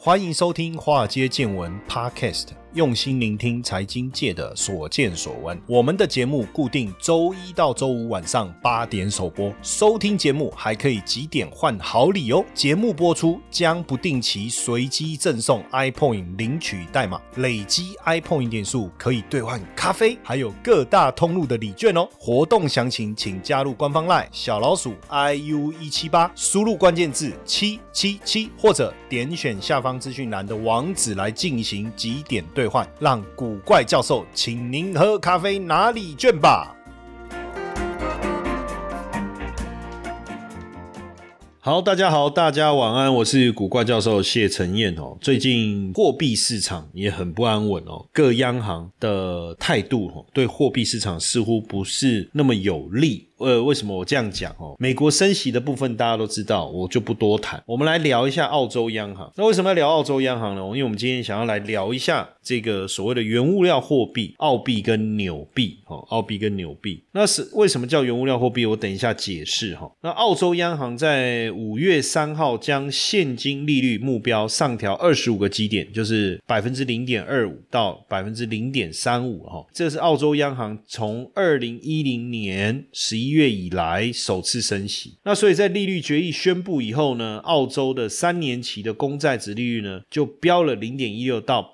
欢迎收听华尔街见闻 Podcast， 用心聆听财经界的所见所闻。我们的节目固定周一到周五晚上8点首播，收听节目还可以集点换好礼哦。节目播出将不定期随机赠送 iPoint 领取代码，累积 iPoint 点数可以兑换咖啡，还有各大通路的礼券哦。活动详情请加入官方 LINE 小老鼠 IU178， 输入关键字777，或者点选下方资讯栏的网址来进行集点兑换，让古怪教授请您喝咖啡拿礼券吧。好，大家好，大家晚安，我是古怪教授谢承彦哦。最近货币市场也很不安稳哦，各央行的态度对货币市场似乎不是那么有利。为什么我这样讲美国升息的部分大家都知道，我就不多谈。我们来聊一下澳洲央行。那为什么要聊澳洲央行呢？因为我们今天想要来聊一下这个所谓的原物料货币澳币跟纽币澳币跟纽币。那是为什么叫原物料货币，我等一下解释那澳洲央行在5月3号将现金利率目标上调25个基点，就是 0.25% 到 0.35%这是澳洲央行从2010年11月以来首次升息。那所以在利率决议宣布以后呢，澳洲的3年期的公债殖利率呢就飙了 0.16 到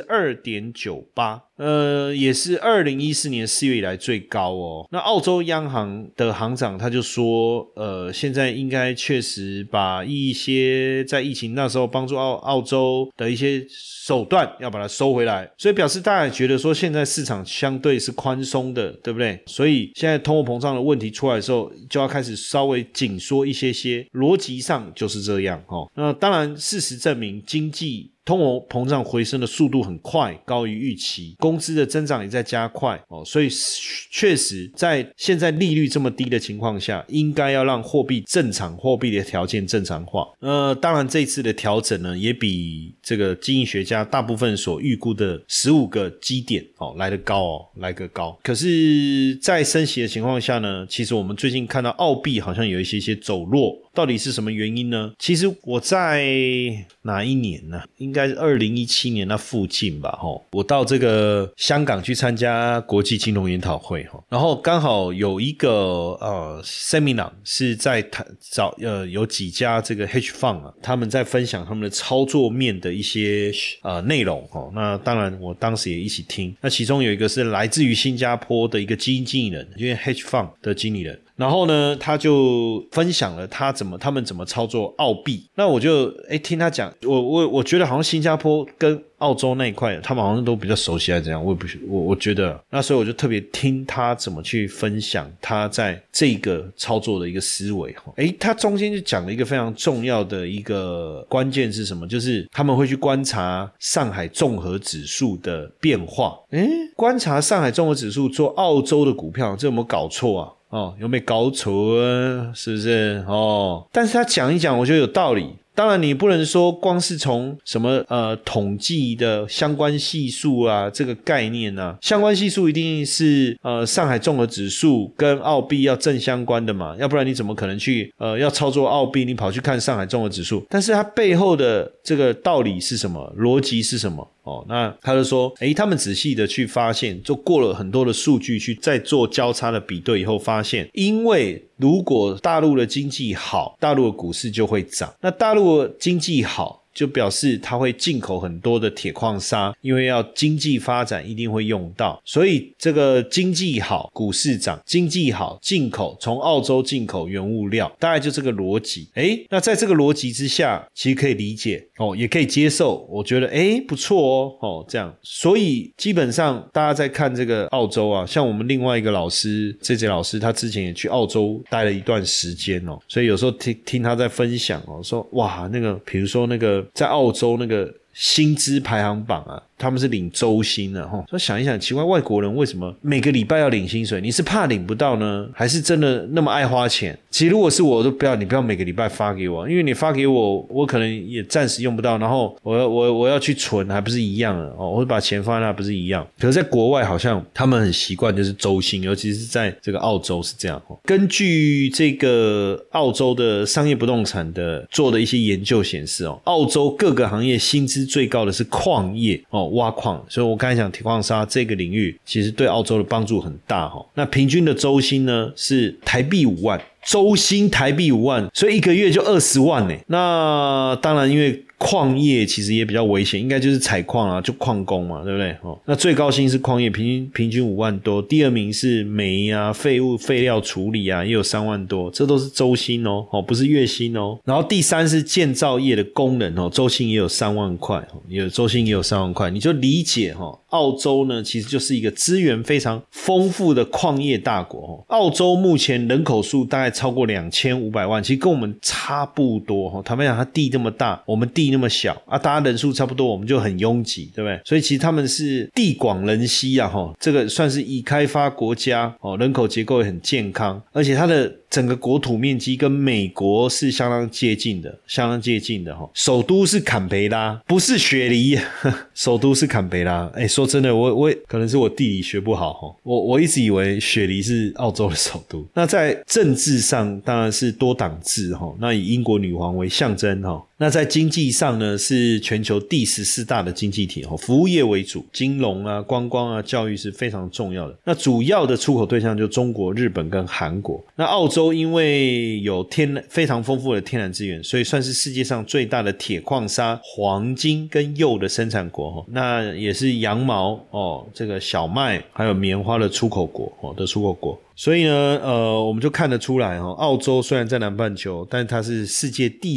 2.98%，也是2014年4月以来最高哦。那澳洲央行的行长他就说现在应该确实把一些在疫情那时候帮助澳洲的一些手段要把它收回来，所以表示大家也觉得说现在市场相对是宽松的，对不对？所以现在通货膨胀的问题出来的时候就要开始稍微紧缩一些，逻辑上就是这样那当然事实证明经济通货膨胀回升的速度很快，高于预期，工资的增长也在加快所以确实在现在利率这么低的情况下，应该要让货币正常，货币的条件正常化。当然这一次的调整呢，也比这个经济学家大部分所预估的15个基点来得高来个高。可是在升息的情况下呢，其实我们最近看到澳币好像有一些走弱，到底是什么原因呢？其实我在哪一年呢？应该是2017年那附近吧我到这个香港去参加国际金融研讨会然后刚好有一个seminar 是在有几家这个 hedge fund 他们在分享他们的操作面的一些内容那当然我当时也一起听。那其中有一个是来自于新加坡的一个基金经理人，因为 hedge fund 的经理人，然后呢他就分享了他们怎么操作澳币。那我就听他讲，我觉得好像新加坡跟澳洲那一块他们好像都比较熟悉还是怎样，我觉得。那所以我就特别听他怎么去分享他在这个操作的一个思维他中间就讲了一个非常重要的一个关键是什么，就是他们会去观察上海综合指数的变化。观察上海综合指数做澳洲的股票，这有没有搞错啊？有没有搞错啊？是不是但是他讲一讲我觉得有道理。当然你不能说光是从什么统计的相关系数这个概念相关系数一定是上海综合指数跟澳币要正相关的嘛，要不然你怎么可能去要操作澳币你跑去看上海综合指数？但是它背后的这个道理是什么，逻辑是什么那他就说他们仔细的去发现，就过了很多的数据去再做交叉的比对以后发现，因为如果大陆的经济好，大陆的股市就会涨，那大陆的经济好就表示它会进口很多的铁矿砂，因为要经济发展一定会用到，所以这个经济好股市涨，经济好进口，从澳洲进口原物料，大概就这个逻辑。那在这个逻辑之下其实可以理解也可以接受，我觉得不错这样。所以基本上大家在看这个澳洲像我们另外一个老师JJ老师，他之前也去澳洲待了一段时间所以有时候听他在分享说哇那个比如说那个在澳洲那个薪资排行榜他们是领周薪的齁。所以想一想，奇怪，外国人为什么每个礼拜要领薪水？你是怕领不到呢，还是真的那么爱花钱？其实如果是我都不要，你不要每个礼拜发给我，因为你发给我，我可能也暂时用不到，然后我要去存，还不是一样的哦？我会把钱放在那，不是一样？可是在国外好像他们很习惯就是周薪，尤其是在这个澳洲是这样。根据这个澳洲的商业不动产的做的一些研究显示澳洲各个行业薪资最高的是矿业挖矿，所以我刚才讲铁矿砂这个领域其实对澳洲的帮助很大那平均的周薪呢是台币5万，周薪台币5万，所以一个月就20万耶。那当然因为矿业其实也比较危险，应该就是采矿啊，就矿工嘛，对不对？那最高薪是矿业，平均5万多，第二名是煤啊、废料处理啊，也有3万多，这都是周薪不是月薪然后第三是建造业的工人周薪也有3万块，周薪也有3万块，你就理解澳洲呢其实就是一个资源非常丰富的矿业大国澳洲目前人口数大概超过2500万，其实跟我们差不多坦白讲，它地这么大，我们地那么小啊，大家人数差不多，我们就很拥挤，对不对？所以其实他们是地广人稀啊这个算是已开发国家人口结构也很健康，而且它的整个国土面积跟美国是相当接近的首都是坎培拉，不是雪梨首都是坎培拉。说真的，我可能是我地理学不好我一直以为雪梨是澳洲的首都。那在政治上当然是多党制那以英国女皇为象征那在经济上呢是全球第14大的经济体服务业为主，金融啊、观光啊、教育是非常重要的。那主要的出口对象就中国、日本跟韩国。那澳洲因为有非常丰富的天然资源，所以算是世界上最大的铁矿砂、黄金跟铀的生产国那也是羊毛这个小麦还有棉花的出口国所以呢我们就看得出来澳洲虽然在南半球，但它是世界第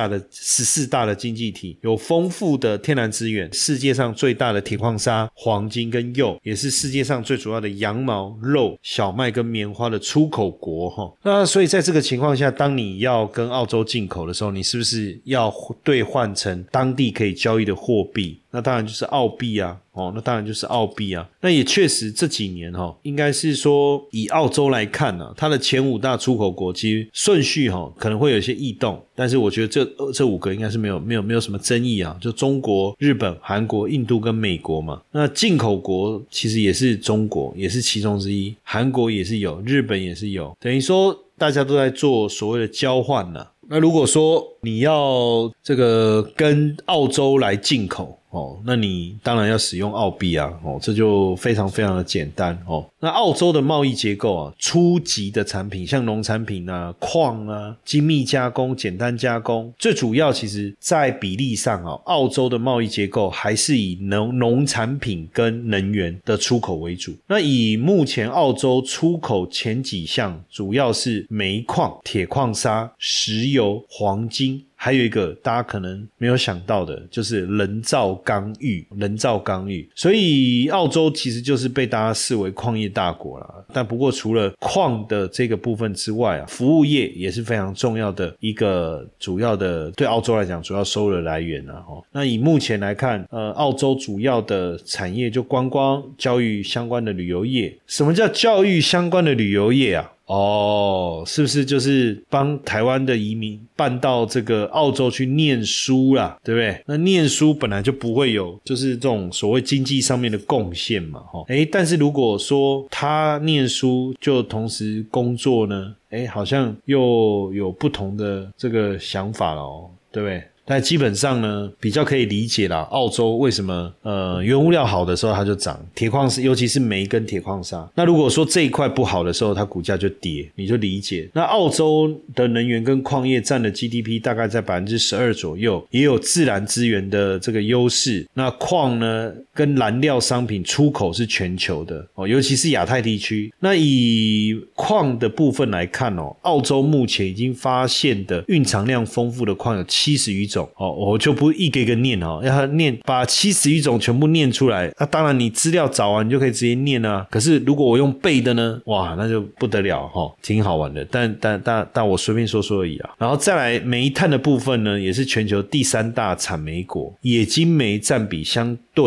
14大的经济体，有丰富的天然资源，世界上最大的铁矿砂、黄金跟铀，也是世界上最主要的羊毛、肉、小麦跟棉花的出口国那所以在这个情况下，当你要跟澳洲进口的时候，你是不是要兑换成当地可以交易的货币？那当然就是澳币啊那也确实这几年应该是说以澳洲来看它的前5大出口国其实顺序可能会有一些异动，但是我觉得这5个应该是没有什么争议就中国、日本、韩国、印度跟美国嘛。那进口国其实也是中国，也是其中之一，韩国也是有，日本也是有，等于说大家都在做所谓的交换那如果说你要这个跟澳洲来进口那你当然要使用澳币这就非常非常的简单那澳洲的贸易结构初级的产品像农产品矿精密加工、简单加工，最主要其实在比例上澳洲的贸易结构还是以农产品跟能源的出口为主。那以目前澳洲出口前几项主要是煤矿、铁矿砂、石油、黄金，还有一个大家可能没有想到的就是人造钢玉。所以澳洲其实就是被大家视为矿业大国啦。但不过除了矿的这个部分之外服务业也是非常重要的一个主要的，对澳洲来讲主要收入来源那以目前来看澳洲主要的产业就观光、教育相关的旅游业。什么叫教育相关的旅游业是不是就是帮台湾的移民搬到这个澳洲去念书啦，对不对？那念书本来就不会有就是这种所谓经济上面的贡献嘛但是如果说他念书就同时工作呢好像又有不同的这个想法了对不对？但基本上呢比较可以理解啦，澳洲为什么原物料好的时候它就涨，铁矿石尤其是煤跟铁矿砂，那如果说这一块不好的时候它股价就跌，你就理解。那澳洲的能源跟矿业占的 GDP 大概在 12% 左右，也有自然资源的这个优势。那矿呢跟燃料商品出口是全球的尤其是亚太地区。那以矿的部分来看澳洲目前已经发现的蕴藏量丰富的矿有70余种我就不一个一个念要他念把70余种全部念出来当然你资料找你就可以直接念可是如果我用背的呢，哇那就不得了挺好玩的，但我随便说说而已然后再来煤炭的部分呢，也是全球第3大产煤国，冶金煤占比相对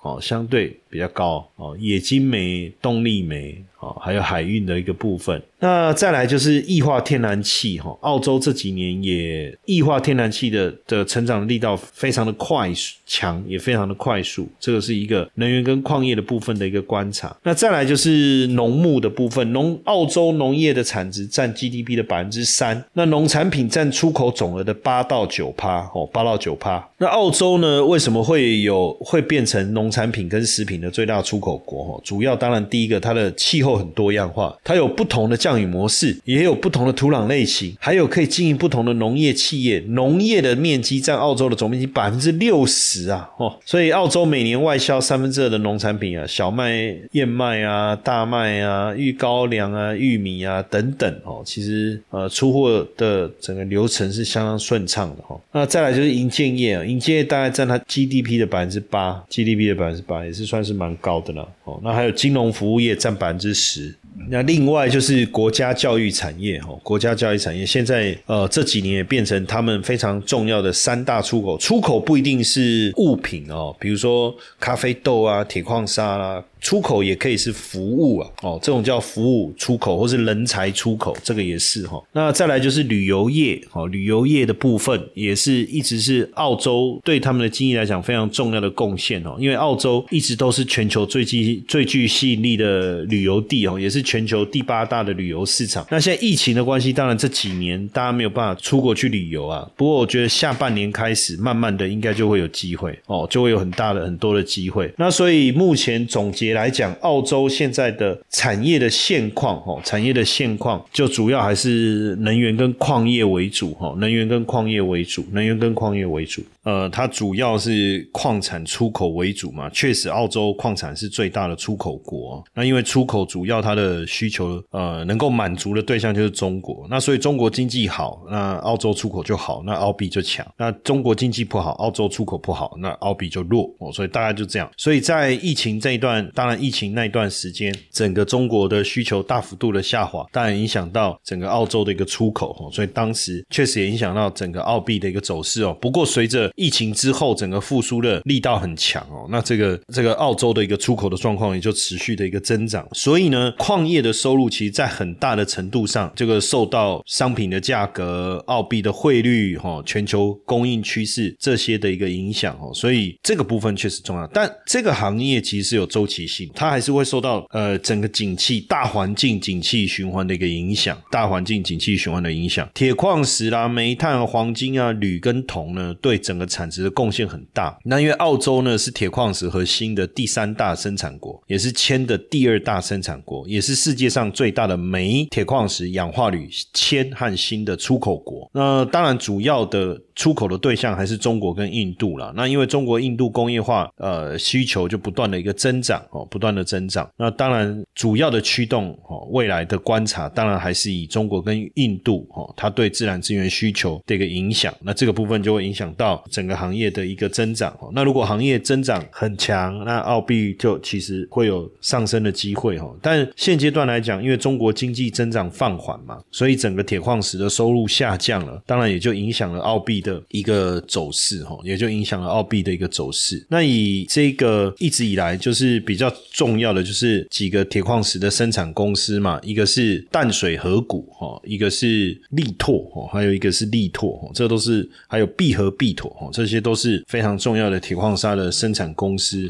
相对比较高冶金煤、动力煤还有海运的一个部分。那再来就是液化天然气澳洲这几年也液化天然气的成长力道非常的强，也非常的快速，这个是一个能源跟矿业的部分的一个观察。那再来就是农牧的部分，澳洲农业的产值占 GDP 的 3%， 那农产品占出口总额的 8到 9%。那澳洲呢为什么会变成农产品跟食品的最大出口国？主要当然第一个它的气候很多样化，它有不同的降雨模式，也有不同的土壤类型，还有可以经营不同的农业企业，农业的面积占澳洲的总面积 60%所以澳洲每年外销2/3的农产品小麦、燕麦大麦玉高粱玉米等等其实出货的整个流程是相当顺畅的那再来就是营建业大概占它 GDP 的 8%， 也是算是蛮高的了那还有金融服务业占 10%。那另外就是国家教育产业现在这几年也变成他们非常重要的3大出口不一定是物品比如说咖啡豆铁矿砂出口也可以是服务这种叫服务出口或是人才出口，这个也是那再来就是旅游业的部分也是一直是澳洲对他们的经济来讲非常重要的贡献因为澳洲一直都是全球最具吸引力的旅游地也是全球第8大的旅游市场。那现在疫情的关系，当然这几年大家没有办法出国去旅游不过我觉得下半年开始慢慢的应该就会有机会就会有很多的机会。那所以目前总结来讲，澳洲现在的产业的现况就主要还是能源跟矿业为主它主要是矿产出口为主嘛，确实澳洲矿产是最大的出口国那因为出口主要它的需求能够满足的对象就是中国，那所以中国经济好，那澳洲出口就好，那澳币就强，那中国经济不好，澳洲出口不好，那澳币就弱所以大概就这样。所以在疫情这一段，当然疫情那一段时间整个中国的需求大幅度的下滑，当然影响到整个澳洲的一个出口所以当时确实也影响到整个澳币的一个走势不过随着疫情之后整个复苏的力道很强那这个澳洲的一个出口的状况也就持续的一个增长。所以呢矿业的收入其实在很大的程度上这个受到商品的价格、澳币的汇率全球供应趋势这些的一个影响所以这个部分确实重要。但这个行业其实是有周期性，它还是会受到整个景气大环境景气循环的一个影响，铁矿石煤炭、黄金铝跟铜呢对整个产值的贡献很大。那因为澳洲呢是铁矿石和锌的第3大生产国，也是铅的第2大生产国，也是世界上最大的煤、铁矿石、氧化铝、铅和锌的出口国。那当然主要的出口的对象还是中国跟印度啦。那因为中国印度工业化需求就不断的一个增长那当然主要的驱动未来的观察当然还是以中国跟印度它对自然资源需求的一个影响，那这个部分就会影响到整个行业的一个增长那如果行业增长很强，那澳币就其实会有上升的机会但现阶段来讲，因为中国经济增长放缓嘛，所以整个铁矿石的收入下降了，当然也就影响了澳币的一个走势那以这个一直以来就是比较重要的就是几个铁矿石的生产公司嘛，一个是淡水河谷一个是力拓还有一个是力拓这都是还有必和必拓这些都是非常重要的铁矿砂的生产公司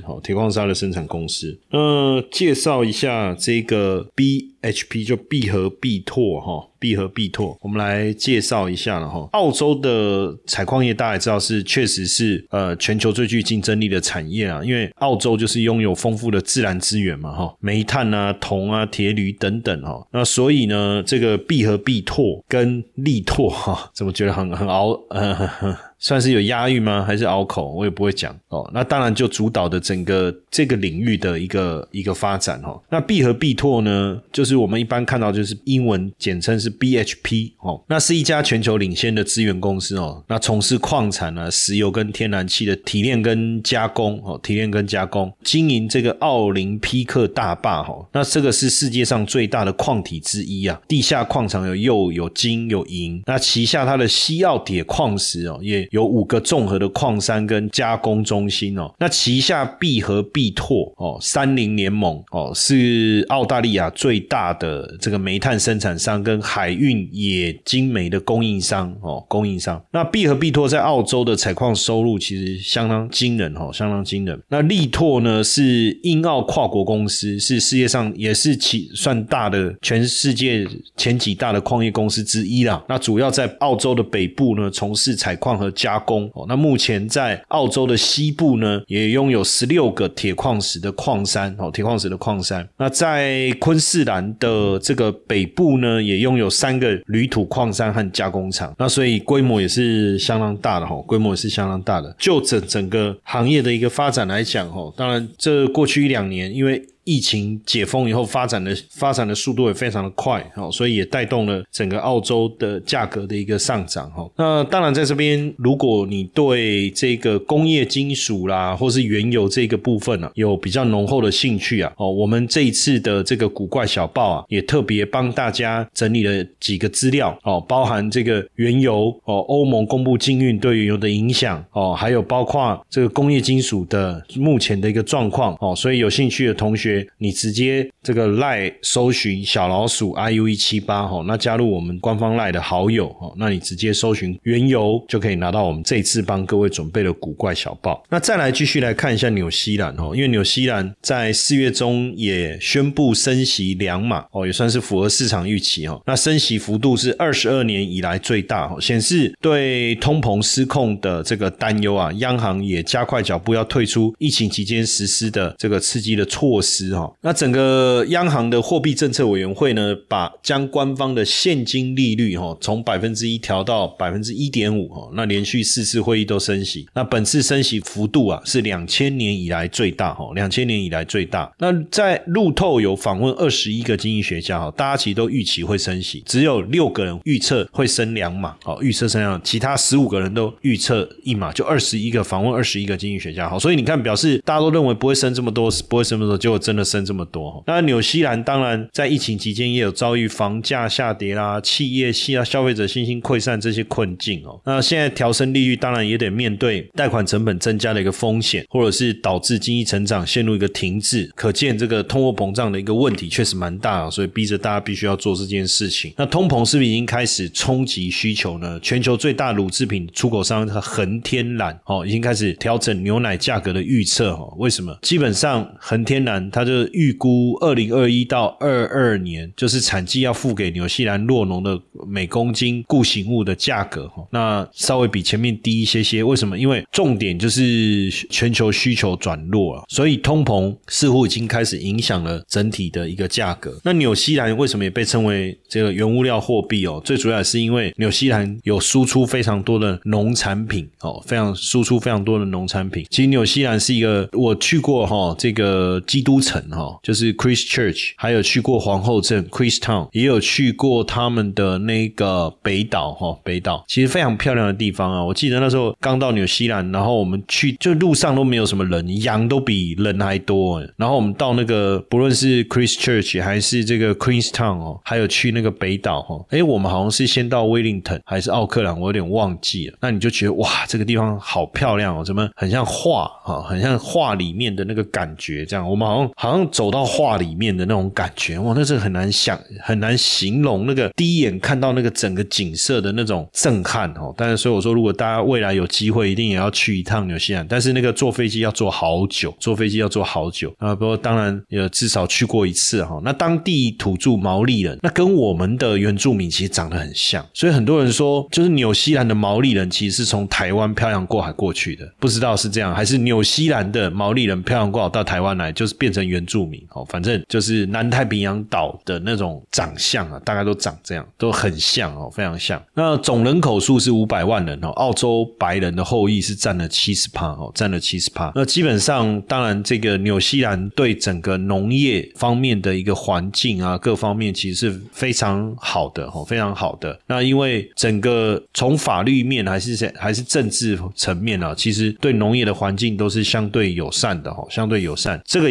介绍一下这个 BHP 就必和必拓我们来介绍一下了澳洲的采矿业大家也知道是确实是全球最具竞争力的产业因为澳洲就是拥有丰富的自然资源嘛煤炭铜铁铝等等那所以呢这个必和必拓跟力拓怎么觉得很算是有押韵吗？还是拗口？我也不会讲那当然就主导的整个这个领域的一个发展那必和必拓呢，就是我们一般看到就是英文简称是 BHP 那是一家全球领先的资源公司那从事矿产石油跟天然气的提炼跟加工经营这个奥林匹克大坝那这个是世界上最大的矿体之一地下矿场有铀有金有银，那旗下它的西澳铁矿石也有5个综合的矿山跟加工中心哦。那旗下必和必拓30联盟是澳大利亚最大的这个煤炭生产商跟海运冶精煤的供应商。那必和必拓在澳洲的采矿收入其实相当惊人相当惊人。那力拓呢是英澳跨国公司，是世界上也是算大的全世界前几大的矿业公司之一啦。那主要在澳洲的北部呢从事采矿和加工那目前在澳洲的西部呢也拥有16个铁矿石的矿山那在昆士兰的这个北部呢也拥有3个铝土矿山和加工厂。那所以规模也是相当大的就整个行业的一个发展来讲当然这过去1-2年因为疫情解封以后发展的速度也非常的快所以也带动了整个澳洲的价格的一个上涨那当然在这边如果你对这个工业金属啦或是原油这个部分有比较浓厚的兴趣我们这一次的这个古怪小报也特别帮大家整理了几个资料包含这个原油欧盟公布禁运对原油的影响还有包括这个工业金属的目前的一个状况所以有兴趣的同学你直接这个 LINE 搜寻小老鼠 IU178 那加入我们官方 LINE 的好友那你直接搜寻原油就可以拿到我们这一次帮各位准备的古怪小报。那再来继续来看一下纽西兰因为纽西兰在4月中也宣布升息2码也算是符合市场预期那升息幅度是22年以来最大显示对通膨失控的这个担忧央行也加快脚步要退出疫情期间实施的这个刺激的措施那整个央行的货币政策委员会呢将官方的现金利率从 1% 调到 1.5% 那连续4次会议都升息。那本次升息幅度是2000年以来最大那在路透有访问21个经济学家大家其实都预期会升息，只有6个人预测会升2码其他15个人都预测1码，就访问21个经济学家所以你看表示大家都认为不会升这么多结果真的升这么多那纽西兰当然在疫情期间也有遭遇房价下跌啦、企业消费者信心溃散这些困境那现在调升利率当然也得面对贷款成本增加的一个风险，或者是导致经济成长陷入一个停滞，可见这个通货膨胀的一个问题确实蛮大所以逼着大家必须要做这件事情。那通膨是不是已经开始冲击需求呢？全球最大乳制品出口商恒天然已经开始调整牛奶价格的预测为什么？基本上恒天然它就预估2021到22年就是产季要付给纽西兰酪农的每公斤固形物的价格那稍微比前面低一些为什么？因为重点就是全球需求转弱所以通膨似乎已经开始影响了整体的一个价格。那纽西兰为什么也被称为这个原物料货币最主要是因为纽西兰有输出非常多的农产品其实纽西兰是一个我去过这个基督城就是 Christchurch， 还有去过皇后镇 Queenstown， 也有去过他们的那个北岛其实非常漂亮的地方我记得那时候刚到纽西兰，然后我们去就路上都没有什么人，羊都比人还多然后我们到那个不论是 Christchurch 还是这个 Queenstown 还有去那个北岛我们好像是先到威灵顿还是奥克兰，我有点忘记了。那你就觉得哇这个地方好漂亮怎么很像画很像画里面的那个感觉这样，我们好像走到画里面的那种感觉那是很难形容那个第一眼看到那个整个景色的那种震撼但是所以我说如果大家未来有机会一定也要去一趟纽西兰，但是那个坐飞机要坐好久不过当然也至少去过一次那当地土著毛利人那跟我们的原住民其实长得很像，所以很多人说就是纽西兰的毛利人其实是从台湾漂洋过海过去的，不知道是这样还是纽西兰的毛利人漂洋过海到台湾来就是变成原住民反正就是南太平洋岛的那种长相大概都长这样，都很像非常像。那总人口数是500万人澳洲白人的后裔是占了 70%， 那基本上当然这个纽西兰对整个农业方面的一个环境各方面其实是非常好的那因为整个从法律面还是政治层面其实对农业的环境都是相对友善的这个也是为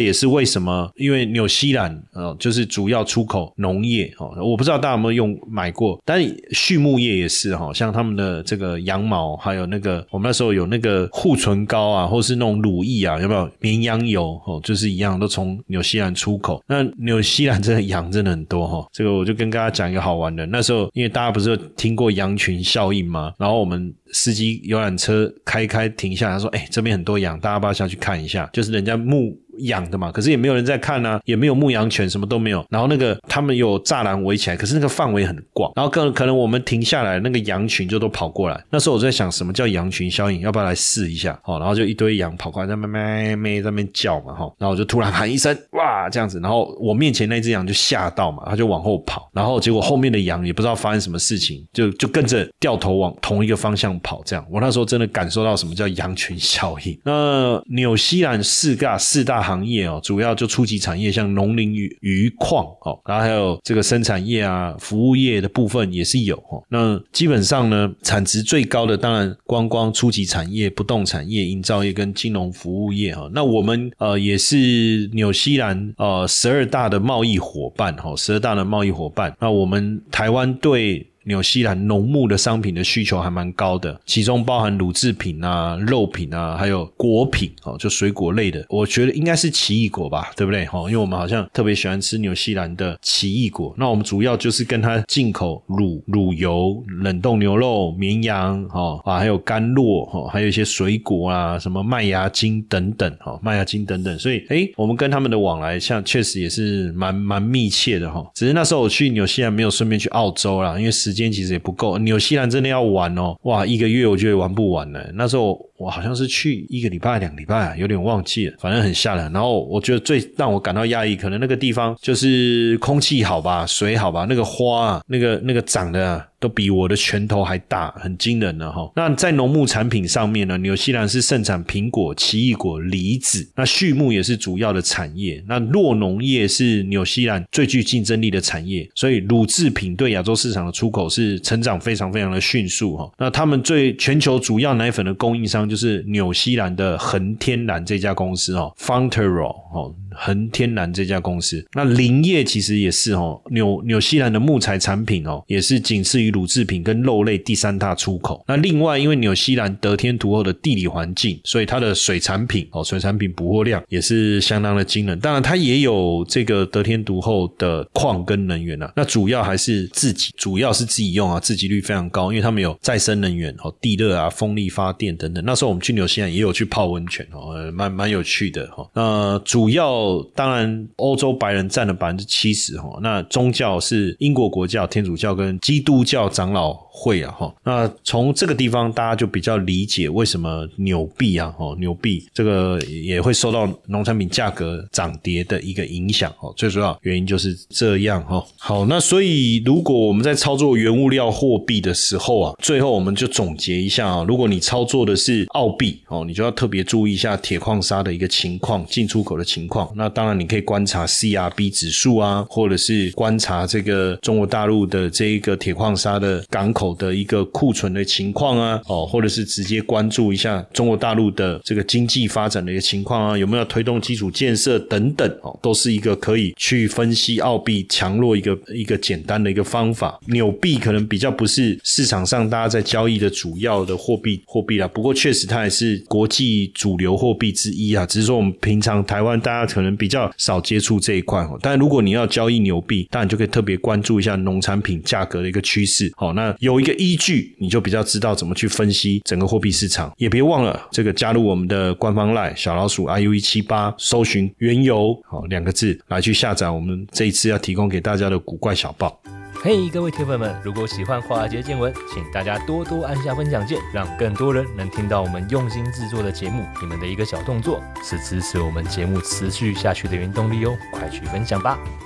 为什么？因为纽西兰就是主要出口农业我不知道大家有没有买过，但畜牧业也是像他们的这个羊毛，还有那个我们那时候有那个护唇膏啊，或是那种乳液啊，有没有绵羊油就是一样都从纽西兰出口。那纽西兰这个羊真的很多这个我就跟大家讲一个好玩的，那时候因为大家不是有听过羊群效应吗？然后我们司机游览车开停下来说这边很多羊，大家要不要下去看一下，就是人家牧养的嘛，可是也没有人在看啊，也没有牧羊犬，什么都没有。然后那个他们有栅栏围起来，可是那个范围很广，然后可能我们停下来，那个羊群就都跑过来。那时候我在想什么叫羊群效应，要不要来试一下然后就一堆羊跑过来在那边叫嘛然后我就突然喊一声哇这样子，然后我面前那只羊就吓到嘛，它就往后跑，然后结果后面的羊也不知道发生什么事情，就跟着掉头往同一个方向跑，这样我那时候真的感受到什么叫羊群效应。那纽西兰四大行业主要就初级产业，像农林渔矿然后还有这个生产业啊，服务业的部分也是有那基本上呢，产值最高的当然观光初级产业、不动产业、营造业跟金融服务业那我们也是纽西兰12大的贸易伙伴12大的贸易伙伴。那我们台湾对纽西兰农牧的商品的需求还蛮高的，其中包含乳制品啊、肉品啊，还有果品就水果类的，我觉得应该是奇异果吧，对不对因为我们好像特别喜欢吃纽西兰的奇异果。那我们主要就是跟它进口乳油、冷冻牛肉、绵羊还有甘酪还有一些水果啊，什么麦芽精等等所以我们跟他们的往来像确实也是蛮密切的只是那时候我去纽西兰没有顺便去澳洲啦，因为时间其实也不够，纽西兰真的要玩哇1个月我觉得玩不完呢。那时候我好像是去1个礼拜2个礼拜有点忘记了，反正很吓人。然后我觉得最让我感到压抑，可能那个地方就是空气好吧，水好吧，那个花那个长的都比我的拳头还大，很惊人了那在农牧产品上面呢，纽西兰是盛产苹果、奇异果、梨子，那畜牧也是主要的产业，那酪农业是纽西兰最具竞争力的产业，所以乳制品对亚洲市场的出口是成长非常非常的迅速那他们全球主要奶粉的供应商就是纽西兰的恒天然这家公司Fonterra恒天然这家公司。那林业其实也是纽西兰的木材产品也是仅次于乳制品跟肉类第3大出口。那另外因为纽西兰得天独厚的地理环境，所以它的水产品捕获量也是相当的惊人。当然它也有这个得天独厚的矿跟能源那主要是自己用自给率非常高，因为他们有再生能源地热啊、风力发电等等。那时候我们去纽西兰也有去泡温泉蛮有趣的那主要当然欧洲白人占了 70% 那宗教是英国国教、天主教跟基督教长老会那从这个地方大家就比较理解为什么纽币这个也会受到农产品价格涨跌的一个影响最主要原因就是这样好，那所以如果我们在操作原物料货币的时候最后我们就总结一下如果你操作的是澳币你就要特别注意一下铁矿砂的一个情况，进出口的情况。那当然你可以观察 CRB 指数或者是观察这个中国大陆的这一个铁矿砂的港口的一个库存的情况或者是直接关注一下中国大陆的这个经济发展的一个情况有没有推动基础建设等等都是一个可以去分析澳币强弱一个简单的一个方法。纽币可能比较不是市场上大家在交易的主要的货币啦，不过确实它也是国际主流货币之一只是说我们平常台湾大家可能比较少接触这一块但如果你要交易纽币，当然就可以特别关注一下农产品价格的一个趋势那有一个依据，你就比较知道怎么去分析整个货币市场。也别忘了这个加入我们的官方 LINE 小老鼠 IU178， 搜寻原油2个字来去下载我们这一次要提供给大家的古怪小报。 嘿，各位铁粉们，如果喜欢华尔街见闻，请大家多多按下分享键，让更多人能听到我们用心制作的节目。你们的一个小动作是支持我们节目持续下去的原动力快去分享吧。